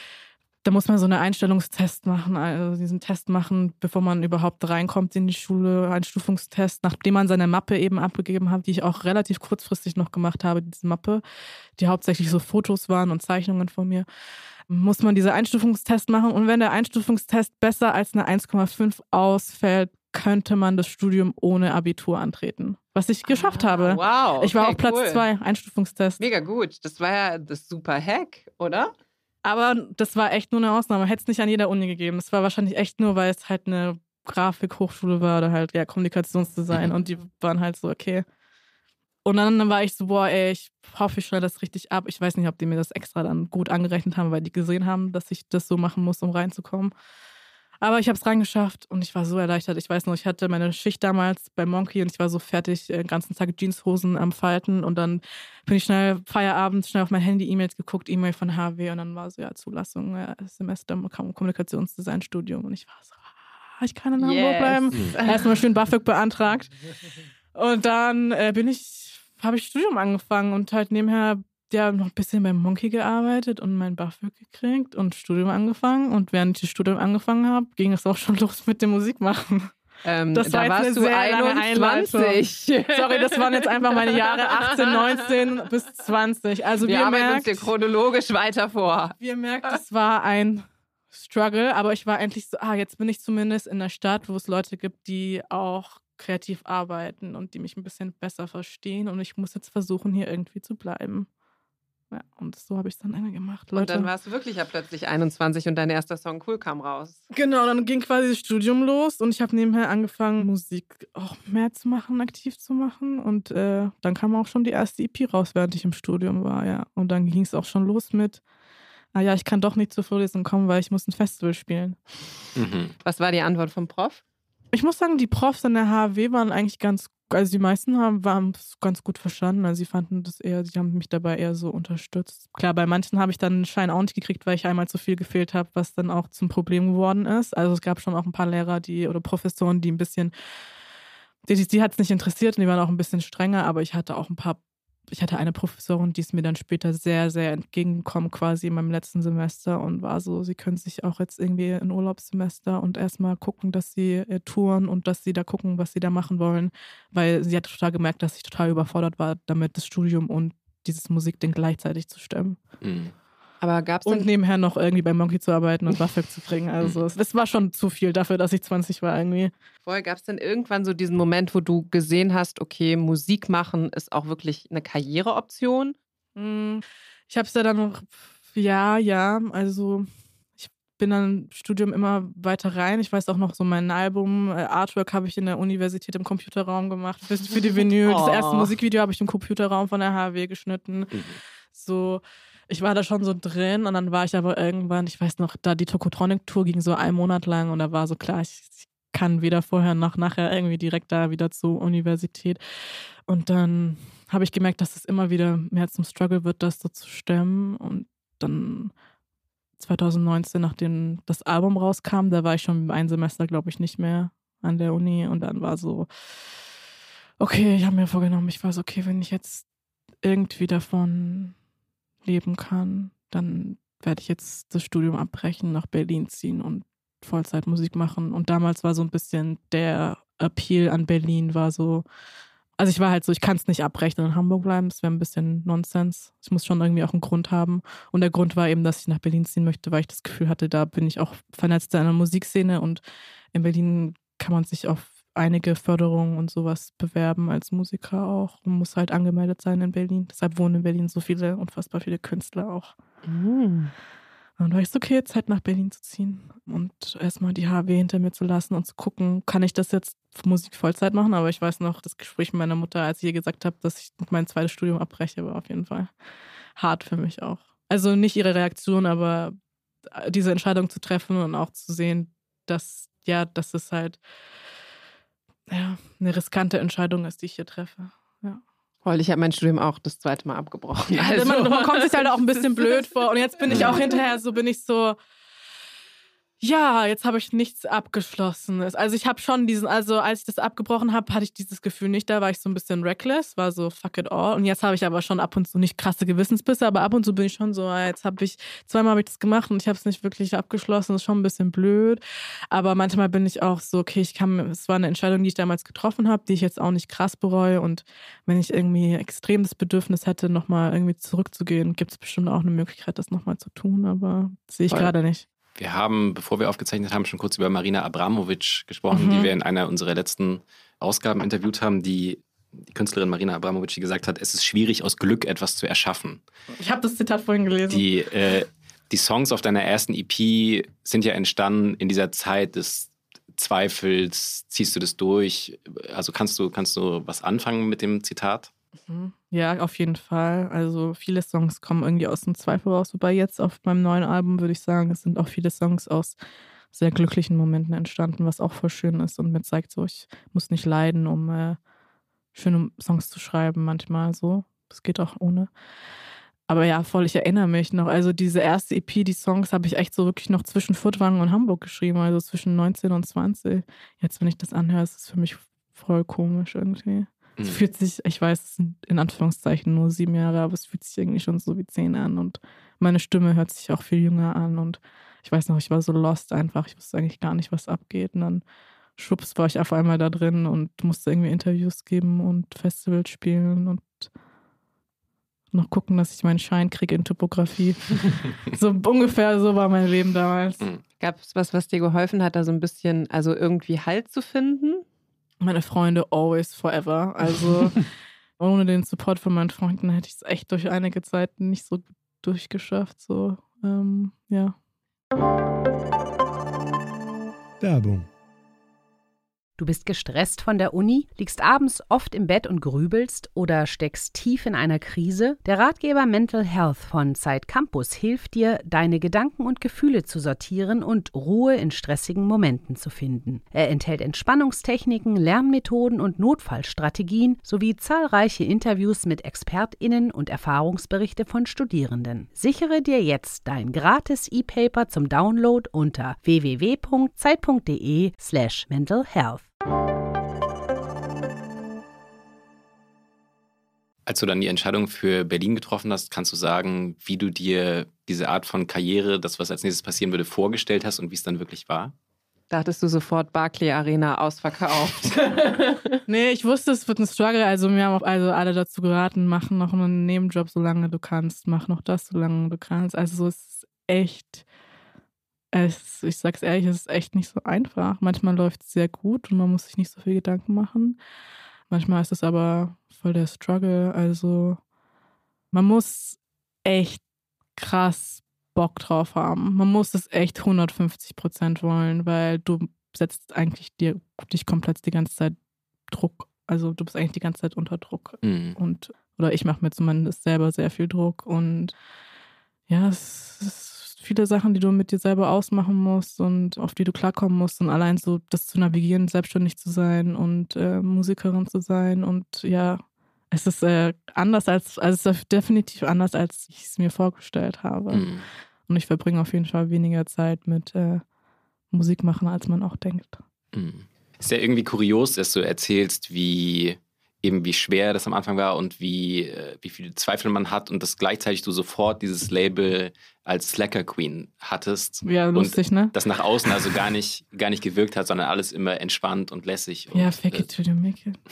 C: Da muss man so einen Einstellungstest machen, also diesen Test machen, bevor man überhaupt reinkommt in die Schule, Einstufungstest, nachdem man seine Mappe eben abgegeben hat, die ich auch relativ kurzfristig noch gemacht habe, diese Mappe, die hauptsächlich so Fotos waren und Zeichnungen von mir, muss man diesen Einstufungstest machen. Und wenn der Einstufungstest besser als eine eins Komma fünf ausfällt, könnte man das Studium ohne Abitur antreten. Was ich geschafft
A: ah,
C: habe.
A: Wow.
C: Ich war
A: okay,
C: auf Platz
A: cool.
C: zwei, Einstufungstest.
A: Mega gut. Das war ja das super Hack, oder?
C: Aber das war echt nur eine Ausnahme. Hätte es nicht an jeder Uni gegeben. Es war wahrscheinlich echt nur, weil es halt eine Grafikhochschule war oder halt ja Kommunikationsdesign.
B: Mhm.
C: Und die waren halt so, okay. Und dann, dann war ich so, boah, ey, ich hoffe, ich schneide das richtig ab. Ich weiß nicht, ob die mir das extra dann gut angerechnet haben, weil die gesehen haben, dass ich das so machen muss, um reinzukommen. Aber ich habe es reingeschafft und ich war so erleichtert. Ich weiß noch, ich hatte meine Schicht damals bei Monkey und ich war so fertig, den ganzen Tag Jeanshosen am Falten und dann bin ich schnell Feierabend, schnell auf mein Handy, E-Mails geguckt, E-Mail von H W und dann war so, ja, Zulassung, ja, Semester Kommunikationsdesign-Studium und ich war so, ah, ich kann in Hamburg
A: Yes.
C: bleiben. Erstmal schön BAföG beantragt und dann äh, bin ich, habe ich Studium angefangen und halt nebenher ja noch ein bisschen beim Monkey gearbeitet und mein BAföG gekriegt und Studium angefangen. Und während ich das Studium angefangen habe, ging es auch schon los mit dem Musikmachen.
A: Ähm,
C: Das war
A: da
C: jetzt
A: warst
C: eine
A: du
C: sehr lange
A: einundzwanzig.
C: Sorry, das waren jetzt einfach meine Jahre achtzehn, neunzehn bis zwanzig. Also
A: Wir
C: wir
A: arbeiten
C: merkt,
A: uns hier chronologisch weiter vor.
C: wir merkt, es war ein Struggle, aber ich war endlich so, ah, jetzt bin ich zumindest in der Stadt, wo es Leute gibt, die auch kreativ arbeiten und die mich ein bisschen besser verstehen. Und ich muss jetzt versuchen, hier irgendwie zu bleiben. Ja, und so habe ich es dann immer gemacht. Leute.
A: Und dann warst du wirklich ja plötzlich einundzwanzig und dein erster Song Cool kam raus.
C: Genau, dann ging quasi das Studium los und ich habe nebenher angefangen, Musik auch mehr zu machen, aktiv zu machen. Und äh, dann kam auch schon die erste E P raus, während ich im Studium war, ja. Und dann ging es auch schon los mit, ah ja, ich kann doch nicht zur Vorlesung kommen, weil ich muss ein Festival spielen.
B: Mhm.
A: Was war die Antwort vom Prof?
C: Ich muss sagen, die Profs an der H A W waren eigentlich ganz, also die meisten haben waren es ganz gut verstanden. Also sie fanden das eher, sie haben mich dabei eher so unterstützt. Klar, bei manchen habe ich dann einen Schein auch nicht gekriegt, weil ich einmal zu viel gefehlt habe, was dann auch zum Problem geworden ist. Also es gab schon auch ein paar Lehrer, die oder Professoren, die ein bisschen, die, die, die hat es nicht interessiert und die waren auch ein bisschen strenger, aber ich hatte auch ein paar, ich hatte eine Professorin, die ist mir dann später sehr, sehr entgegengekommen quasi in meinem letzten Semester und war so, sie können sich auch jetzt irgendwie ein Urlaubssemester und erstmal gucken, dass sie äh, touren und dass sie da gucken, was sie da machen wollen, weil sie hat total gemerkt, dass ich total überfordert war, damit das Studium und dieses Musikding gleichzeitig zu stemmen.
B: Mhm.
A: Aber gab es
C: Und nebenher noch irgendwie bei Monkey zu arbeiten und BAföG zu kriegen. Also es, es war schon zu viel dafür, dass ich zwanzig war irgendwie.
A: vorher gab es denn irgendwann so diesen Moment, wo du gesehen hast, okay, Musik machen ist auch wirklich eine Karriereoption?
C: Mm, Ich habe es ja dann noch, ja, ja, also ich bin dann im Studium immer weiter rein. Ich weiß auch noch so mein Album, äh, Artwork habe ich in der Universität im Computerraum gemacht, für, für die Vinyl. Das
A: Oh.
C: erste Musikvideo habe ich im Computerraum von der H A W geschnitten.
B: Mhm.
C: So, ich war da schon so drin und dann war ich aber irgendwann, ich weiß noch, da die Tokotronic-Tour ging so einen Monat lang und da war so klar, ich, ich kann weder vorher noch nachher irgendwie direkt da wieder zur Universität. Und dann habe ich gemerkt, dass es immer wieder mehr zum Struggle wird, das so zu stemmen. Und dann zwanzig neunzehn, nachdem das Album rauskam, da war ich schon ein Semester, glaube ich, nicht mehr an der Uni. Und dann war so, okay, ich habe mir vorgenommen, ich war so, okay, wenn ich jetzt irgendwie davon leben kann, dann werde ich jetzt das Studium abbrechen, nach Berlin ziehen und Vollzeit Musik machen. Und damals war so ein bisschen der Appeal an Berlin war so, Also ich war halt so, ich kann es nicht abbrechen und in Hamburg bleiben, das wäre ein bisschen Nonsens. Ich muss schon irgendwie auch einen Grund haben. Und der Grund war eben, dass ich nach Berlin ziehen möchte, weil ich das Gefühl hatte, da bin ich auch vernetzt in der Musikszene und in Berlin kann man sich auf einige Förderungen und sowas bewerben als Musiker auch und muss halt angemeldet sein in Berlin. Deshalb wohnen in Berlin so viele, unfassbar viele Künstler auch.
A: Mhm.
C: Und dann war ich so, okay, Zeit nach Berlin zu ziehen und erstmal die H W hinter mir zu lassen und zu gucken, kann ich das jetzt für Musik Vollzeit machen? Aber ich weiß noch, das Gespräch mit meiner Mutter, als ich ihr gesagt habe, dass ich mein zweites Studium abbreche, war auf jeden Fall hart für mich auch. Also nicht ihre Reaktion, aber diese Entscheidung zu treffen und auch zu sehen, dass, ja, dass es halt ja, eine riskante Entscheidung ist, die ich hier treffe. Ja.
A: Weil ich habe mein Studium auch das zweite Mal abgebrochen.
C: Ja,
A: also.
C: man, man kommt sich halt auch ein bisschen blöd vor. Und jetzt bin ich auch hinterher, so bin ich so, ja, jetzt habe ich nichts Abgeschlossenes. Also ich habe schon diesen, also als ich das abgebrochen habe, hatte ich dieses Gefühl nicht, da war ich so ein bisschen reckless, war so fuck it all. Und jetzt habe ich aber schon ab und zu nicht krasse Gewissensbisse, aber ab und zu bin ich schon so, jetzt habe ich, zweimal habe ich das gemacht und ich habe es nicht wirklich abgeschlossen, das ist schon ein bisschen blöd. Aber manchmal bin ich auch so, okay, ich kann, es war eine Entscheidung, die ich damals getroffen habe, die ich jetzt auch nicht krass bereue. Und wenn ich irgendwie extrem das Bedürfnis hätte, nochmal irgendwie zurückzugehen, gibt es bestimmt auch eine Möglichkeit, das nochmal zu tun, aber das sehe ich gerade nicht.
B: Wir haben, bevor wir aufgezeichnet haben, schon kurz über Marina Abramovic gesprochen, mhm. die wir in einer unserer letzten Ausgaben interviewt haben, die, die Künstlerin Marina Abramovic, die gesagt hat, es ist schwierig, aus Glück etwas zu erschaffen.
C: Ich habe das Zitat vorhin gelesen.
B: Die, äh, die Songs auf deiner ersten E P sind ja entstanden in dieser Zeit des Zweifels. Ziehst du das durch? Also kannst du, kannst du was anfangen mit dem Zitat?
C: Ja, auf jeden Fall. Also viele Songs kommen irgendwie aus dem Zweifel raus. Wobei jetzt auf meinem neuen Album würde ich sagen, es sind auch viele Songs aus sehr glücklichen Momenten entstanden, was auch voll schön ist und mir zeigt so, ich muss nicht leiden, um äh, schöne Songs zu schreiben manchmal so. Das geht auch ohne. Aber ja, voll, ich erinnere mich noch. Also diese erste E P, die Songs habe ich echt so wirklich noch zwischen Furtwangen und Hamburg geschrieben, also zwischen neunzehn und zwanzig. Jetzt, wenn ich das anhöre, ist es für mich voll komisch irgendwie. Es mhm. fühlt sich, ich weiß, es sind in Anführungszeichen nur sieben Jahre, aber es fühlt sich irgendwie schon so wie zehn an und meine Stimme hört sich auch viel jünger an und ich weiß noch, ich war so lost einfach. Ich wusste eigentlich gar nicht, was abgeht und dann schwupps war ich auf einmal da drin und musste irgendwie Interviews geben und Festivals spielen und noch gucken, dass ich meinen Schein kriege in Typografie. So ungefähr so war mein Leben damals.
A: Gab es was, was dir geholfen hat, da so ein bisschen, also irgendwie Halt zu finden?
C: Meine Freunde always forever. Also ohne den Support von meinen Freunden hätte ich es echt durch einige Zeit nicht so durchgeschafft. So, ähm, ja.
D: Werbung.
F: Du bist gestresst von der Uni, liegst abends oft im Bett und grübelst oder steckst tief in einer Krise? Der Ratgeber Mental Health von Zeit Campus hilft dir, deine Gedanken und Gefühle zu sortieren und Ruhe in stressigen Momenten zu finden. Er enthält Entspannungstechniken, Lernmethoden und Notfallstrategien sowie zahlreiche Interviews mit ExpertInnen und Erfahrungsberichte von Studierenden. Sichere dir jetzt dein gratis E-Paper zum Download unter w w w punkt zeit punkt d e slash mental health.
B: Als du dann die Entscheidung für Berlin getroffen hast, kannst du sagen, wie du dir diese Art von Karriere, das, was als nächstes passieren würde, vorgestellt hast und wie es dann wirklich war?
A: Dachtest du sofort Barclay Arena ausverkauft?
C: Nee, ich wusste, es wird ein Struggle. Also mir haben auch also alle dazu geraten, mach noch einen Nebenjob, solange du kannst. Mach noch das, solange du kannst. Also so ist es echt... Es, ich sag's ehrlich, es ist echt nicht so einfach. Manchmal läuft es sehr gut und man muss sich nicht so viel Gedanken machen. Manchmal ist es aber voll der Struggle. Also man muss echt krass Bock drauf haben. Man muss es echt hundertfünfzig Prozent wollen, weil du setzt eigentlich dir, dich komplett die ganze Zeit Druck. Also du bist eigentlich die ganze Zeit unter Druck. Mhm. Und, oder ich mache mir zumindest selber sehr viel Druck. Und ja, es ist viele Sachen, die du mit dir selber ausmachen musst und auf die du klarkommen musst und allein so das zu navigieren, selbstständig zu sein und äh, Musikerin zu sein und ja, es ist äh, anders als, also es ist definitiv anders, als ich es mir vorgestellt habe. Mhm. Und ich verbringe auf jeden Fall weniger Zeit mit äh, Musik machen, als man auch denkt.
B: Mhm. Ist ja irgendwie kurios, dass du erzählst, wie eben wie schwer das am Anfang war und wie, wie viele Zweifel man hat und dass gleichzeitig du sofort dieses Label als Slacker Queen hattest.
C: Ja, lustig,
B: und
C: ne?
B: das nach außen also gar nicht, gar nicht gewirkt hat, sondern alles immer entspannt und lässig. Und,
C: ja, fake it till you make it.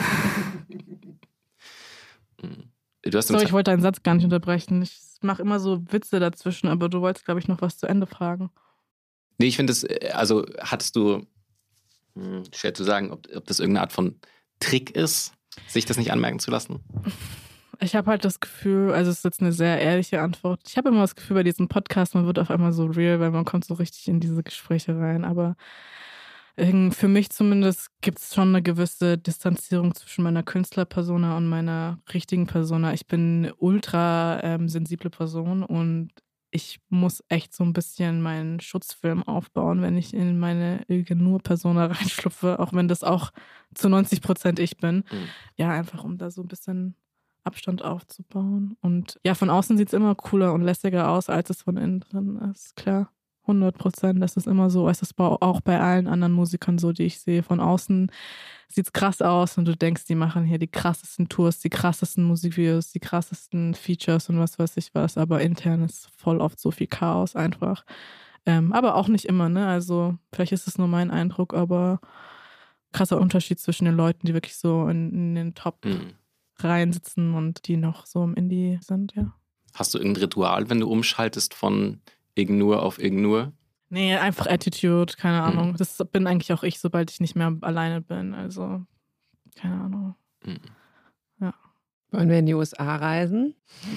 B: Du hast
C: Sorry, ich wollte deinen Satz gar nicht unterbrechen. Ich mache immer so Witze dazwischen, aber du wolltest, glaube ich, noch was zu Ende fragen.
B: Nee, ich finde das, also hattest du, hm, schwer zu sagen, ob, ob das irgendeine Art von Trick ist, sich das nicht anmerken zu lassen?
C: Ich habe halt das Gefühl, also es ist jetzt eine sehr ehrliche Antwort. Ich habe immer das Gefühl, bei diesem Podcast, man wird auf einmal so real, weil man kommt so richtig in diese Gespräche rein. Aber für mich zumindest gibt es schon eine gewisse Distanzierung zwischen meiner Künstlerpersona und meiner richtigen Persona. Ich bin eine ultra ähm, sensible Person und ich muss echt so ein bisschen meinen Schutzfilm aufbauen, wenn ich in meine Ilgenur-Persona reinschlupfe, auch wenn das auch zu neunzig Prozent ich bin. Mhm. Ja, einfach um da so ein bisschen Abstand aufzubauen. Und ja, von außen sieht es immer cooler und lässiger aus, als es von innen drin ist, klar. hundert Prozent, das ist immer so. Es ist auch bei allen anderen Musikern so, die ich sehe. Von außen sieht es krass aus und du denkst, die machen hier die krassesten Tours, die krassesten Musikvideos, die krassesten Features und was weiß ich was. Aber intern ist voll oft so viel Chaos einfach. Ähm, aber auch nicht immer, ne? Also vielleicht ist es nur mein Eindruck, aber krasser Unterschied zwischen den Leuten, die wirklich so in, in den Top-Reihen sitzen und die noch so im Indie sind, ja.
B: Hast du irgendein Ritual, wenn du umschaltest von Ignur auf Ignur?
C: Nee, einfach Attitude, keine Ahnung. Mhm. Das bin eigentlich auch ich, sobald ich nicht mehr alleine bin. Also, keine Ahnung. Mhm. Ja.
A: Wollen wir in die U S A reisen?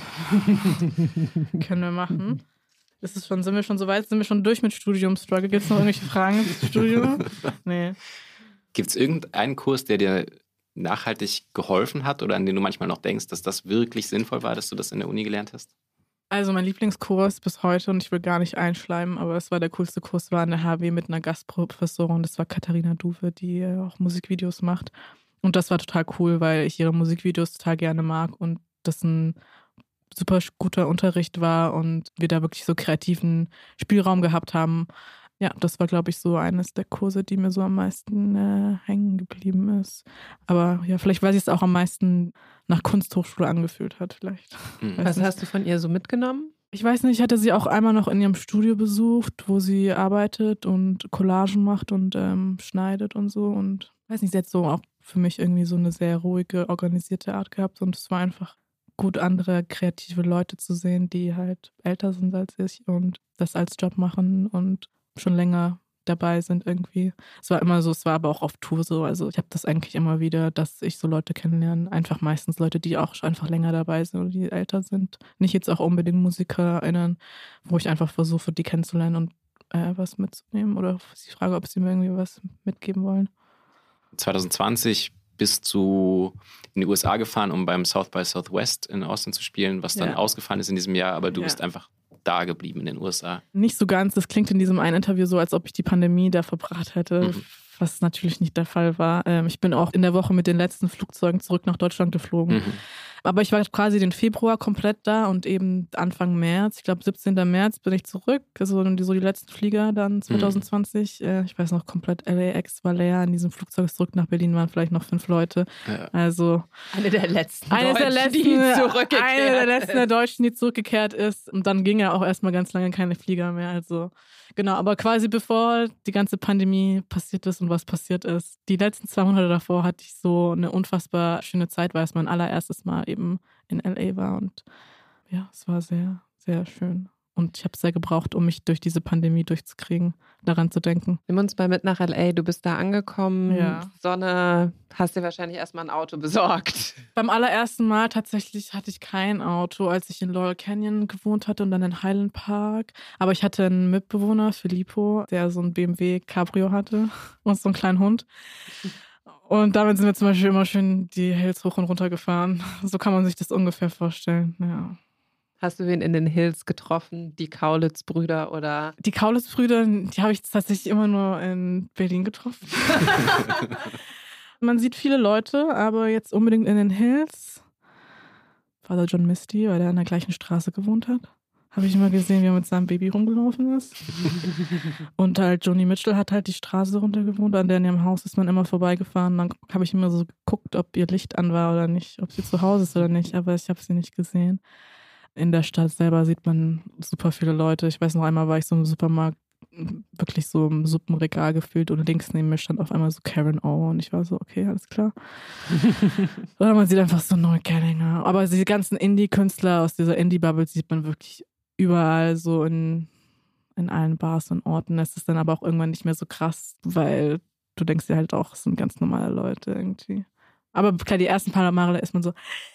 C: Können wir machen. Ist es schon, sind wir schon so weit? Sind wir schon durch mit Studium-Struggle? Gibt es noch irgendwelche Fragen zum Studium? Nee.
B: Gibt es irgendeinen Kurs, der dir nachhaltig geholfen hat oder an den du manchmal noch denkst, dass das wirklich sinnvoll war, dass du das in der Uni gelernt hast?
C: Also mein Lieblingskurs bis heute, und ich will gar nicht einschleimen, aber es war der coolste Kurs, war an der H W mit einer Gastprofessorin, das war Katharina Duwe, die auch Musikvideos macht. Und das war total cool, weil ich ihre Musikvideos total gerne mag und das ein super guter Unterricht war und wir da wirklich so kreativen Spielraum gehabt haben. Ja, das war, glaube ich, so eines der Kurse, die mir so am meisten äh, hängen geblieben ist. Aber ja, vielleicht, weil sie es auch am meisten nach Kunsthochschule angefühlt hat, vielleicht.
A: Mhm. Was hast du von ihr so mitgenommen?
C: Ich weiß nicht, ich hatte sie auch einmal noch in ihrem Studio besucht, wo sie arbeitet und Collagen macht und ähm, schneidet und so. Und weiß nicht, sie hat so auch für mich irgendwie so eine sehr ruhige, organisierte Art gehabt. Und es war einfach gut, andere kreative Leute zu sehen, die halt älter sind als ich und das als Job machen und schon länger dabei sind irgendwie. Es war immer so, es war aber auch auf Tour so. Also ich habe das eigentlich immer wieder, dass ich so Leute kennenlerne. Einfach meistens Leute, die auch schon einfach länger dabei sind oder die älter sind. Nicht jetzt auch unbedingt MusikerInnen, wo ich einfach versuche, die kennenzulernen und äh, was mitzunehmen. Oder sie frage, ob sie mir irgendwie was mitgeben wollen.
B: zwanzig zwanzig bist du in die U S A gefahren, um beim South by Southwest in Austin zu spielen, was dann ja. ausgefallen ist in diesem Jahr. Aber du ja. bist einfach da geblieben in den U S A.
C: Nicht so ganz. Das klingt in diesem einen Interview so, als ob ich die Pandemie da verbracht hätte, mhm. was natürlich nicht der Fall war. Ich bin auch in der Woche mit den letzten Flugzeugen zurück nach Deutschland geflogen. Mhm. Aber ich war quasi den Februar komplett da und eben Anfang März, ich glaube siebzehnten März bin ich zurück. Also so die letzten Flieger dann zwanzig zwanzig. Mhm. Ich weiß noch, komplett L A X war leer. In diesem Flugzeug zurück nach Berlin waren vielleicht noch fünf Leute. Ja. Also
A: eine der letzten
C: eine
A: Deutschen,
C: der letzten, die zurückgekehrt Eine der letzten der Deutschen, die zurückgekehrt ist. Und dann ging ja auch erstmal ganz lange keine Flieger mehr. Also genau, aber quasi bevor die ganze Pandemie passiert ist und was passiert ist, die letzten zwei Monate davor hatte ich so eine unfassbar schöne Zeit, weil es mein allererstes Mal eben in L A war und ja, es war sehr, sehr schön. Und ich habe es sehr gebraucht, um mich durch diese Pandemie durchzukriegen, daran zu denken.
A: Nimm uns mal mit nach L A. Du bist da angekommen,
C: ja.
A: Sonne, hast dir wahrscheinlich erstmal ein Auto besorgt.
C: Beim allerersten Mal tatsächlich hatte ich kein Auto, als ich in Laurel Canyon gewohnt hatte und dann in Highland Park. Aber ich hatte einen Mitbewohner, Filippo, der so ein B M W Cabrio hatte und so einen kleinen Hund. Und damit sind wir zum Beispiel immer schön die Hills hoch und runter gefahren. So kann man sich das ungefähr vorstellen, ja.
A: Hast du wen in den Hills getroffen? Die Kaulitz-Brüder oder?
C: Die Kaulitz-Brüder, die habe ich tatsächlich immer nur in Berlin getroffen. Man sieht viele Leute, aber jetzt unbedingt in den Hills. Father John Misty, weil der an der gleichen Straße gewohnt hat. Habe ich mal gesehen, wie er mit seinem Baby rumgelaufen ist. Und halt Joni Mitchell hat halt die Straße runter gewohnt, an der in ihrem Haus ist man immer vorbeigefahren. Dann habe ich immer so geguckt, ob ihr Licht an war oder nicht, ob sie zu Hause ist oder nicht, aber ich habe sie nicht gesehen. In der Stadt selber sieht man super viele Leute. Ich weiß noch einmal, war ich so im Supermarkt, wirklich so im Suppenregal gefühlt und links neben mir stand auf einmal so Karen O und ich war so, okay, alles klar. Oder man sieht einfach so Neukellinger. Aber diese ganzen Indie-Künstler aus dieser Indie-Bubble sieht man wirklich überall so in, in allen Bars und Orten. Es ist dann aber auch irgendwann nicht mehr so krass, weil du denkst dir halt auch, es sind ganz normale Leute irgendwie. Aber klar, die ersten paar Male, da ist man so,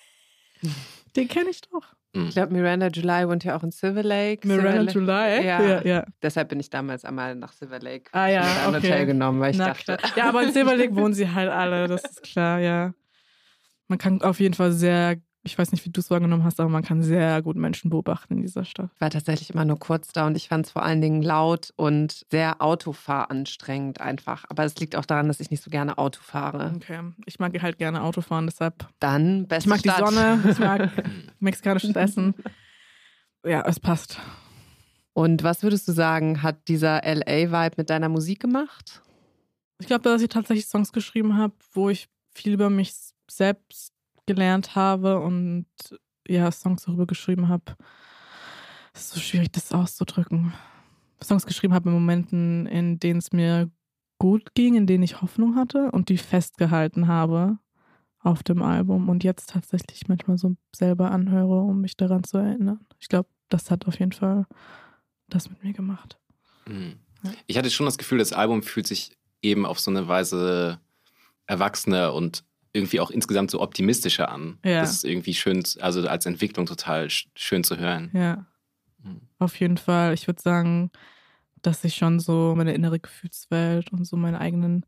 C: den kenne ich doch.
A: Ich glaube, Miranda July wohnt ja auch in Silver Lake.
C: Miranda
A: Silver
C: July?
A: Ja.
C: ja, ja.
A: Deshalb bin ich damals einmal nach Silver Lake
C: ah, ja,
A: in ein
C: okay.
A: Hotel genommen, weil ich
C: Na,
A: dachte...
C: Klar. Ja, aber in Silver Lake wohnen sie halt alle, das ist klar, ja. Man kann auf jeden Fall sehr, ich weiß nicht, wie du es wahrgenommen hast, aber man kann sehr gut Menschen beobachten in dieser Stadt.
A: Ich war tatsächlich immer nur kurz da und ich fand es vor allen Dingen laut und sehr autofahranstrengend einfach. Aber es liegt auch daran, dass ich nicht so gerne Auto fahre.
C: Okay, ich mag halt gerne Autofahren, deshalb...
A: Dann beste
C: Ich mag
A: Stadt.
C: die Sonne, ich mag mexikanisches Essen. Ja, es passt.
A: Und was würdest du sagen, hat dieser L A-Vibe mit deiner Musik gemacht?
C: Ich glaube, dass ich tatsächlich Songs geschrieben habe, wo ich viel über mich selbst gelernt habe und ja, Songs darüber geschrieben habe. Es ist so schwierig, das auszudrücken. Songs geschrieben habe in Momenten, in denen es mir gut ging, in denen ich Hoffnung hatte und die festgehalten habe auf dem Album und jetzt tatsächlich manchmal so selber anhöre, um mich daran zu erinnern. Ich glaube, das hat auf jeden Fall das mit mir gemacht.
B: Mhm. Ich hatte schon das Gefühl, das Album fühlt sich eben auf so eine Weise erwachsener und irgendwie auch insgesamt so optimistischer an.
C: Ja.
B: Das ist irgendwie schön, also als Entwicklung total schön zu hören.
C: Ja,
B: Mhm.
C: auf jeden Fall. Ich würde sagen, dass ich schon so meine innere Gefühlswelt und so meine eigenen,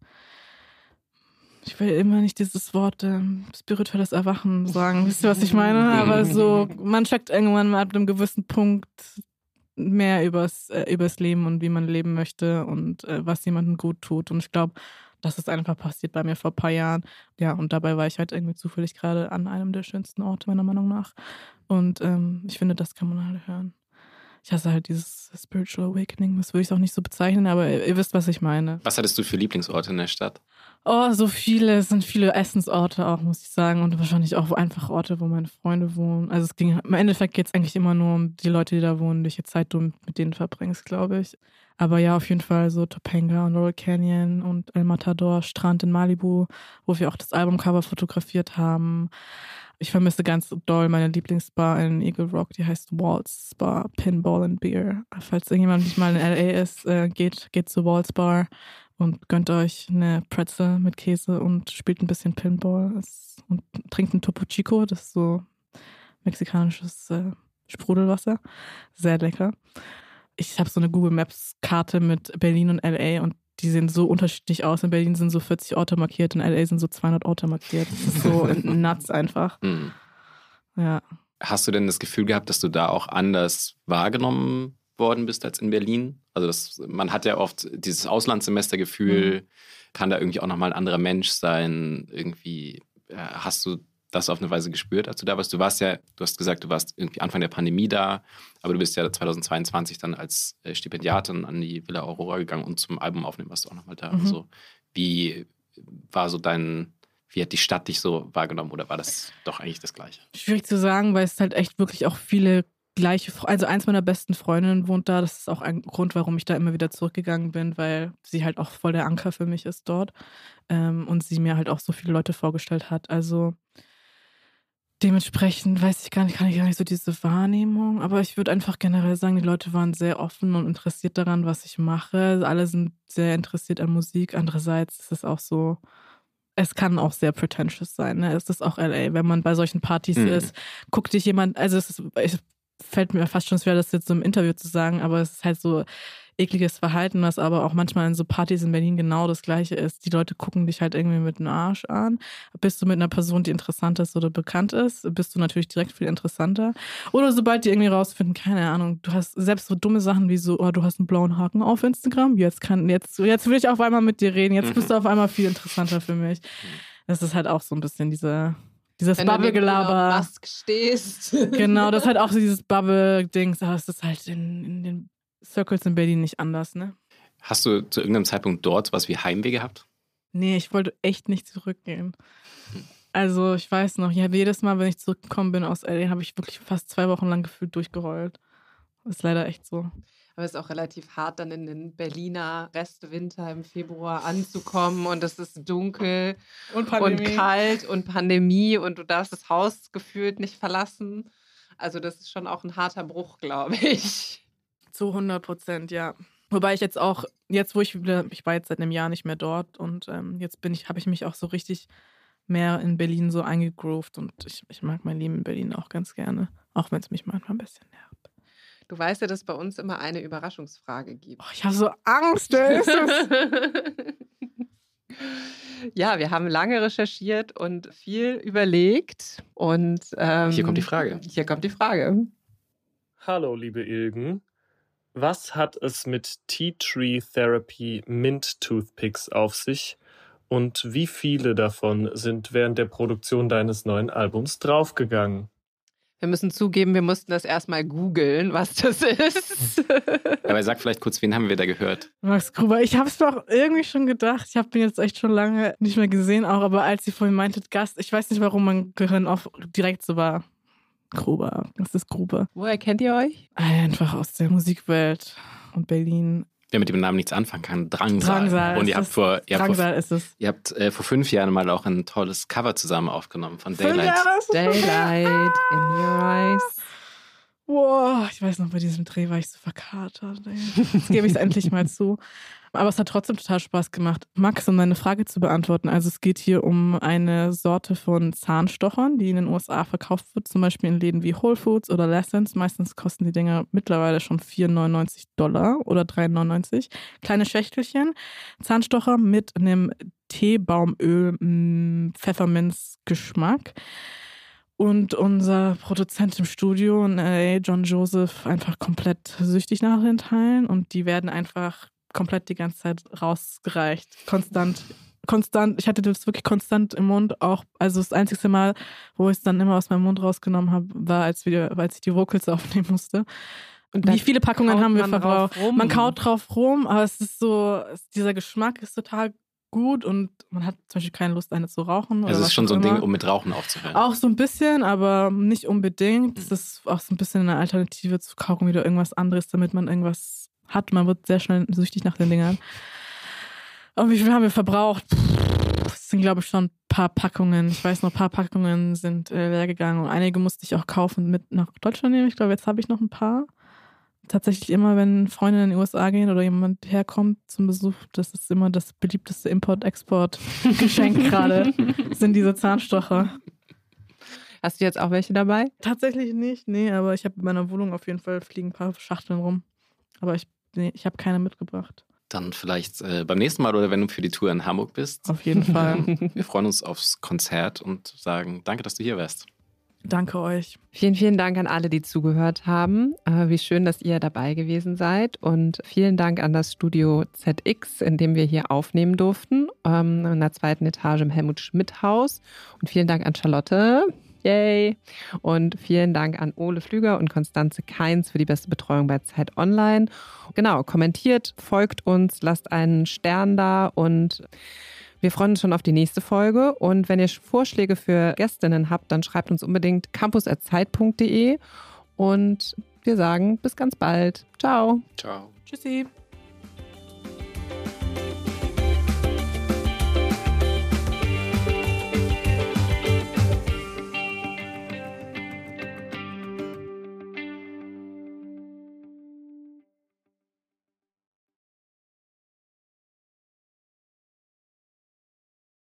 C: ich will immer nicht dieses Wort ähm, spirituelles Erwachen sagen, wisst ihr, was ich meine? Aber so, man checkt irgendwann mal ab einem gewissen Punkt mehr übers, äh, übers Leben und wie man leben möchte und äh, was jemandem gut tut. Und ich glaube, das ist einfach passiert bei mir vor ein paar Jahren. Ja, und dabei war ich halt irgendwie zufällig gerade an einem der schönsten Orte, meiner Meinung nach. Und ähm, ich finde, das kann man halt hören. Ich hasse halt dieses Spiritual Awakening, das würde ich auch nicht so bezeichnen, aber ihr, ihr wisst, was ich meine.
B: Was hattest du für Lieblingsorte in der Stadt?
C: Oh, so viele, es sind viele Essensorte auch, muss ich sagen. Und wahrscheinlich auch einfach Orte, wo meine Freunde wohnen. Also es ging, im Endeffekt geht es eigentlich immer nur um die Leute, die da wohnen, welche Zeit du mit denen verbringst, glaube ich. Aber ja, auf jeden Fall so Topanga und Laurel Canyon und El Matador, Strand in Malibu, wo wir auch das Albumcover fotografiert haben. Ich vermisse ganz doll meine Lieblingsbar in Eagle Rock, die heißt Waltz Bar, Pinball and Beer. Falls irgendjemand nicht mal in L A ist, äh, geht, geht zu Waltz Bar und gönnt euch eine Pretzel mit Käse und spielt ein bisschen Pinball und trinkt ein Topo Chico, das ist so mexikanisches äh, Sprudelwasser. Sehr lecker. Ich habe so eine Google Maps Karte mit Berlin und L A und die sehen so unterschiedlich aus. In Berlin sind so vierzig Orte markiert, in L A sind so zweihundert Orte markiert. Das ist so nuts einfach.
B: Mhm.
C: Ja.
B: Hast du denn das Gefühl gehabt, dass du da auch anders wahrgenommen worden bist als in Berlin? Also das, man hat ja oft dieses Auslandssemestergefühl, mhm. kann da irgendwie auch nochmal ein anderer Mensch sein. Irgendwie äh, hast du das auf eine Weise gespürt, als du da warst? Du warst ja, du hast gesagt, du warst irgendwie Anfang der Pandemie da, aber du bist ja zweitausendzweiundzwanzig dann als Stipendiatin an die Villa Aurora gegangen und zum Album aufnehmen warst du auch nochmal da. Mhm. Also, wie war so dein, wie hat die Stadt dich so wahrgenommen oder war das doch eigentlich das Gleiche?
C: Schwierig zu sagen, weil es halt echt wirklich auch viele gleiche, also eins meiner besten Freundinnen wohnt da, das ist auch ein Grund, warum ich da immer wieder zurückgegangen bin, weil sie halt auch voll der Anker für mich ist dort ähm, und sie mir halt auch so viele Leute vorgestellt hat, also dementsprechend weiß ich gar nicht, kann ich gar nicht so diese Wahrnehmung, aber ich würde einfach generell sagen, die Leute waren sehr offen und interessiert daran, was ich mache. Alle sind sehr interessiert an Musik. Andererseits ist es auch so, es kann auch sehr pretentious sein. Ne? Es ist auch L A, wenn man bei solchen Partys mhm. ist, guckt dich jemand, also es ist, es fällt mir fast schon schwer, das jetzt so im Interview zu sagen, aber es ist halt so ekliges Verhalten, was aber auch manchmal in so Partys in Berlin genau das Gleiche ist. Die Leute gucken dich halt irgendwie mit dem Arsch an. Bist du mit einer Person, die interessant ist oder bekannt ist, bist du natürlich direkt viel interessanter. Oder sobald die irgendwie rausfinden, keine Ahnung, du hast selbst so dumme Sachen wie so, oh, du hast einen blauen Haken auf Instagram, jetzt kann, jetzt, jetzt will ich auf einmal mit dir reden, jetzt bist du auf einmal viel interessanter für mich. Das ist halt auch so ein bisschen diese dieses Bubble-Gelaber.
A: Wenn du Musk stehst.
C: Genau, das ist halt auch so dieses Bubble-Dings, aber es ist halt in, in den Circles in Berlin nicht anders, ne?
B: Hast du zu irgendeinem Zeitpunkt dort was wie Heimweh gehabt?
C: Nee, ich wollte echt nicht zurückgehen. Also ich weiß noch, ich habe jedes Mal, wenn ich zurückgekommen bin aus L A, habe ich wirklich fast zwei Wochen lang gefühlt durchgeheult. Das ist leider echt so.
A: Aber es ist auch relativ hart, dann in den Berliner Restwinter im Februar anzukommen und es ist dunkel
C: Und
A: und kalt und Pandemie und du darfst das Haus gefühlt nicht verlassen. Also das ist schon auch ein harter Bruch, glaube ich.
C: Zu hundert Prozent, ja. Wobei ich jetzt auch, jetzt wo ich wieder, ich war jetzt seit einem Jahr nicht mehr dort und ähm, jetzt bin ich, habe ich mich auch so richtig mehr in Berlin so eingegroovt und ich, ich mag mein Leben in Berlin auch ganz gerne, auch wenn es mich manchmal ein bisschen nervt.
A: Du weißt ja, dass es bei uns immer eine Überraschungsfrage gibt.
C: Oh, ich habe so Angst, wer ist es?
A: Ja, wir haben lange recherchiert und viel überlegt und ähm,
B: Hier kommt die Frage.
A: Hier kommt die Frage.
G: Hallo, liebe Ilgen. Was hat es mit Tea Tree Therapy Mint Toothpicks auf sich und wie viele davon sind während der Produktion deines neuen Albums draufgegangen?
A: Wir müssen zugeben, wir mussten das erstmal googeln, was das ist.
B: Aber sag vielleicht kurz, wen haben wir da gehört?
C: Max Gruber, ich habe es mir auch irgendwie schon gedacht. Ich habe ihn jetzt echt schon lange nicht mehr gesehen, auch, aber als sie vorhin meinte, Gast, ich weiß nicht, warum mein Gehirn auch direkt so war. Gruber, das ist Gruber.
A: Woher kennt ihr euch?
C: Einfach aus der Musikwelt und Berlin.
B: Wer mit dem Namen nichts anfangen kann, Drangsal.
C: Drangsal.
B: Und ihr habt, vor, ihr habt,
C: Drangsal
B: vor,
C: ist es.
B: ihr habt äh, vor fünf Jahren mal auch ein tolles Cover zusammen aufgenommen von Daylight.
A: Daylight in your eyes.
C: Wow, ich weiß noch, bei diesem Dreh war ich so verkatert. Ey. Jetzt gebe ich es endlich mal zu. Aber es hat trotzdem total Spaß gemacht. Max, um deine Frage zu beantworten, also es geht hier um eine Sorte von Zahnstochern, die in den U S A verkauft wird, zum Beispiel in Läden wie Whole Foods oder Lessons. Meistens kosten die Dinger mittlerweile schon vier neunundneunzig Dollar oder drei neunundneunzig. Kleine Schächtelchen, Zahnstocher mit einem Teebaumöl, Pfefferminz-Geschmack. Und unser Produzent im Studio in L A, John Joseph, einfach komplett süchtig nach den Teilen und die werden einfach komplett die ganze Zeit rausgereicht. Konstant. Konstant. Ich hatte das wirklich konstant im Mund. Auch, also das einzige Mal, wo ich es dann immer aus meinem Mund rausgenommen habe, war, als, wir, als ich die Vocals aufnehmen musste. Und wie viele Packungen haben wir verbraucht? Man kaut drauf rum, aber es ist so, dieser Geschmack ist total gut und man hat zum Beispiel keine Lust, eine zu rauchen.
B: Also es ist schon so ein Ding, um mit Rauchen aufzuhören.
C: Auch so ein bisschen, aber nicht unbedingt. Es ist auch so ein bisschen eine Alternative zu Kaugummi oder irgendwas anderes, damit man irgendwas hat. Man wird sehr schnell süchtig nach den Dingern. Und wie viel haben wir verbraucht? Das sind, glaube ich, schon ein paar Packungen. Ich weiß noch, ein paar Packungen sind äh, leer gegangen. Und einige musste ich auch kaufen und mit nach Deutschland nehmen. Ich glaube, jetzt habe ich noch ein paar. Tatsächlich immer, wenn Freunde in die U S A gehen oder jemand herkommt zum Besuch, das ist immer das beliebteste Import-Export-Geschenk gerade, sind diese Zahnstocher.
A: Hast du jetzt auch welche dabei?
C: Tatsächlich nicht, nee, aber ich habe in meiner Wohnung auf jeden Fall fliegen ein paar Schachteln rum. Aber ich, nee, ich habe keine mitgebracht.
B: Dann vielleicht äh, beim nächsten Mal oder wenn du für die Tour in Hamburg bist.
C: Auf jeden Fall.
B: Wir freuen uns aufs Konzert und sagen danke, dass du hier wärst.
C: Danke euch.
A: Vielen, vielen Dank an alle, die zugehört haben. Äh, wie schön, dass ihr dabei gewesen seid. Und vielen Dank an das Studio Z X, in dem wir hier aufnehmen durften. Ähm, in der zweiten Etage im Helmut-Schmidt-Haus. Und vielen Dank an Charlotte. Yay! Und vielen Dank an Ole Flüger und Konstanze Keins für die beste Betreuung bei Zeit Online. Genau, kommentiert, folgt uns, lasst einen Stern da und wir freuen uns schon auf die nächste Folge. Und wenn ihr Vorschläge für Gästinnen habt, dann schreibt uns unbedingt campus at zeit punkt de und wir sagen bis ganz bald. Ciao.
B: Ciao.
C: Tschüssi.